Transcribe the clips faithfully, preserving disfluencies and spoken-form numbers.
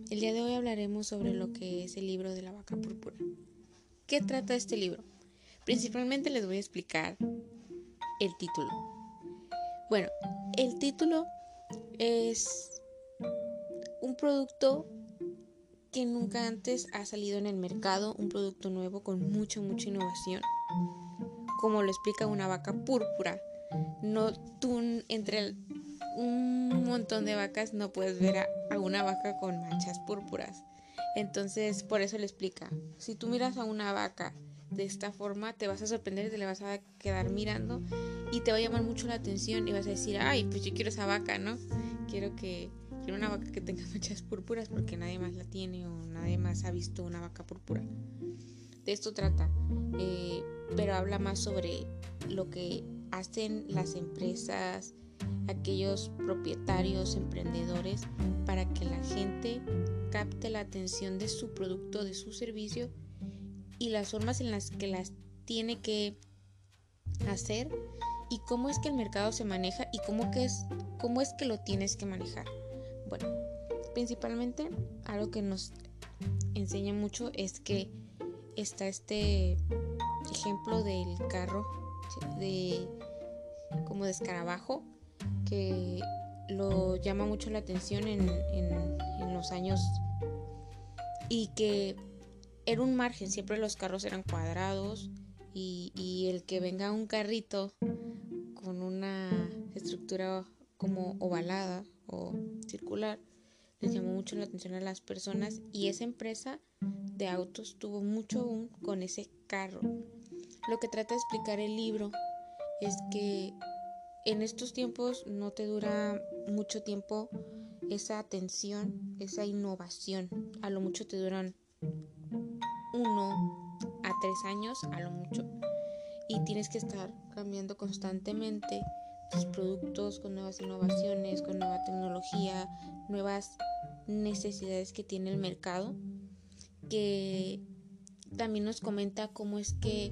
El día de hoy hablaremos sobre lo que es el libro de la vaca púrpura. ¿Qué trata este libro? Principalmente les voy a explicar el título. Bueno, el título es un producto que nunca antes ha salido en el mercado, un producto nuevo con mucha, mucha innovación. Como lo explica una vaca púrpura, no tú entre el, un montón de vacas no puedes ver a, a una vaca con manchas púrpuras. Entonces, por eso le explica. Si tú miras a una vaca de esta forma, te vas a sorprender, te le vas a quedar mirando y te va a llamar mucho la atención y vas a decir, ay, pues yo quiero esa vaca, ¿no? Quiero que quiero una vaca que tenga manchas púrpuras porque nadie más la tiene o nadie más ha visto una vaca púrpura. De esto trata, eh, pero habla más sobre lo que hacen las empresas, aquellos propietarios, emprendedores, para que la gente capte la atención de su producto, de su servicio y las formas en las que las tiene que hacer y cómo es que el mercado se maneja y cómo, que es, cómo es que lo tienes que manejar. Bueno, principalmente algo que nos enseña mucho es que está este ejemplo del carro de como de escarabajo que lo llama mucho la atención en, en, en los años y que era un margen, siempre los carros eran cuadrados y, y el que venga un carrito con una estructura como ovalada o circular les llamó mucho la atención a las personas y esa empresa de autos tuvo mucho boom con ese carro. Lo que trata de explicar el libro es que en estos tiempos no te dura mucho tiempo esa atención, esa innovación. A lo mucho te duran uno a tres años, a lo mucho. Y tienes que estar cambiando constantemente tus productos con nuevas innovaciones, con nueva tecnología, nuevas necesidades que tiene el mercado. Que también nos comenta cómo es que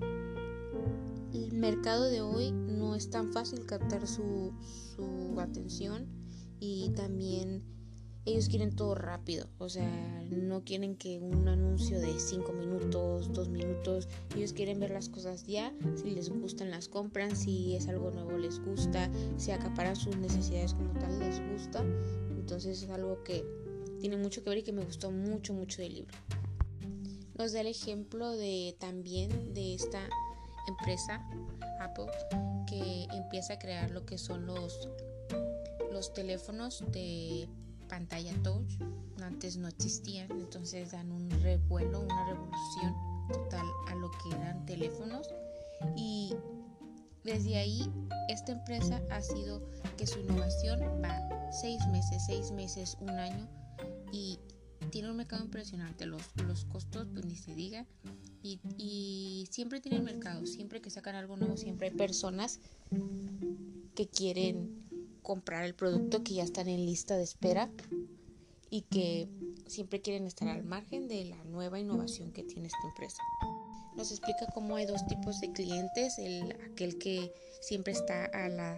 el mercado de hoy no es tan fácil captar su, su atención y también ellos quieren todo rápido, o sea, no quieren que un anuncio de cinco minutos, dos minutos, ellos quieren ver las cosas ya, si les gustan las compran, si es algo nuevo les gusta, si acaparan sus necesidades como tal les gusta, entonces es algo que tiene mucho que ver y que me gustó mucho, mucho del libro. Nos da el ejemplo de también de esta empresa Apple que empieza a crear lo que son los los teléfonos de pantalla touch. Antes no existían, entonces dan un revuelo, una revolución total a lo que eran teléfonos y desde ahí esta empresa ha sido que su innovación va seis meses, seis meses, un año y tiene un mercado impresionante, los, los costos pues ni se diga y, y siempre tiene el mercado, siempre que sacan algo nuevo siempre hay personas que quieren comprar el producto, que ya están en lista de espera y que siempre quieren estar al margen de la nueva innovación que tiene esta empresa. Nos explica cómo hay dos tipos de clientes, el, aquel que siempre está a la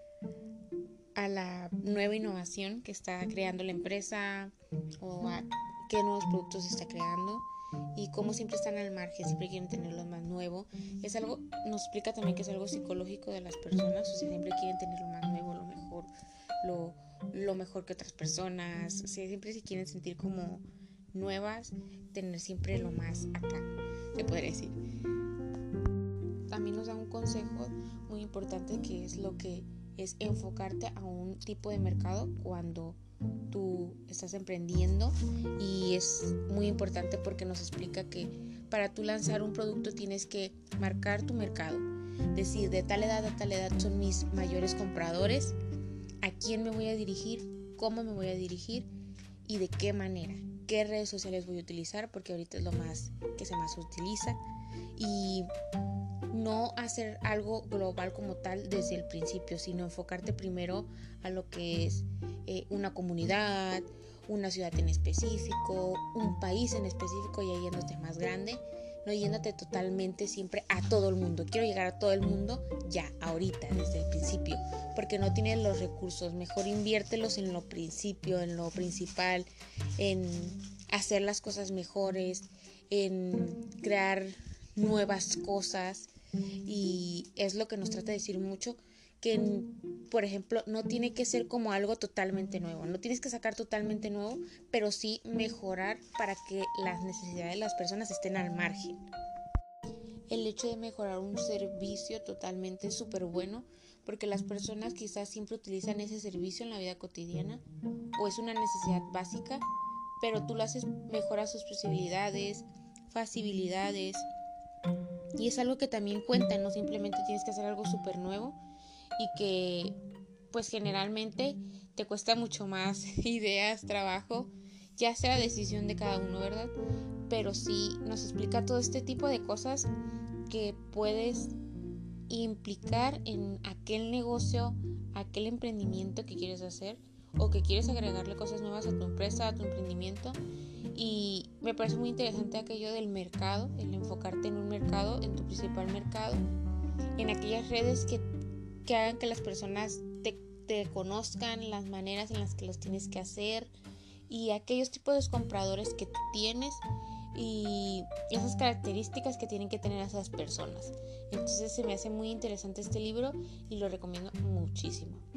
a la nueva innovación que está creando la empresa o a qué nuevos productos se está creando y cómo siempre están al margen, siempre quieren tener lo más nuevo. Es algo, nos explica también que es algo psicológico de las personas, o sea, siempre quieren tener lo más nuevo, lo mejor, lo, lo mejor que otras personas, o sea, siempre se quieren sentir como nuevas, tener siempre lo más acá, se podría decir. También nos da un consejo muy importante que es lo que es enfocarte a un tipo de mercado cuando tú estás emprendiendo y es muy importante porque nos explica que para tú lanzar un producto tienes que marcar tu mercado, decir de tal edad a tal edad son mis mayores compradores, a quién me voy a dirigir, cómo me voy a dirigir y de qué manera, qué redes sociales voy a utilizar porque ahorita es lo más que se más utiliza y no hacer algo global como tal desde el principio, sino enfocarte primero a lo que es eh, una comunidad, una ciudad en específico, un país en específico y yéndote más grande no yéndote totalmente siempre a todo el mundo. Quiero llegar a todo el mundo ya, ahorita, desde el principio, porque no tienes los recursos. Mejor inviértelos en lo principio, en lo principal, en hacer las cosas mejores, en crear nuevas cosas. Y es lo que nos trata de decir mucho, que por ejemplo no tiene que ser como algo totalmente nuevo, no tienes que sacar totalmente nuevo, pero sí mejorar para que las necesidades de las personas estén al margen. El hecho de mejorar un servicio totalmente es súper bueno, porque las personas quizás siempre utilizan ese servicio en la vida cotidiana o es una necesidad básica, pero tú lo haces, mejoras sus posibilidades, facilidades, y es algo que también cuenta, no simplemente tienes que hacer algo súper nuevo y que pues generalmente te cuesta mucho más ideas, trabajo, ya sea decisión de cada uno, ¿verdad? Pero sí nos explica todo este tipo de cosas que puedes implicar en aquel negocio, aquel emprendimiento que quieres hacer o que quieres agregarle cosas nuevas a tu empresa, a tu emprendimiento. Y me parece muy interesante aquello del mercado, el enfocarte en un mercado, en tu principal mercado, en aquellas redes que, que hagan que las personas te, te conozcan, las maneras en las que los tienes que hacer y aquellos tipos de compradores que tú tienes y esas características que tienen que tener esas personas. Entonces se me hace muy interesante este libro y lo recomiendo muchísimo.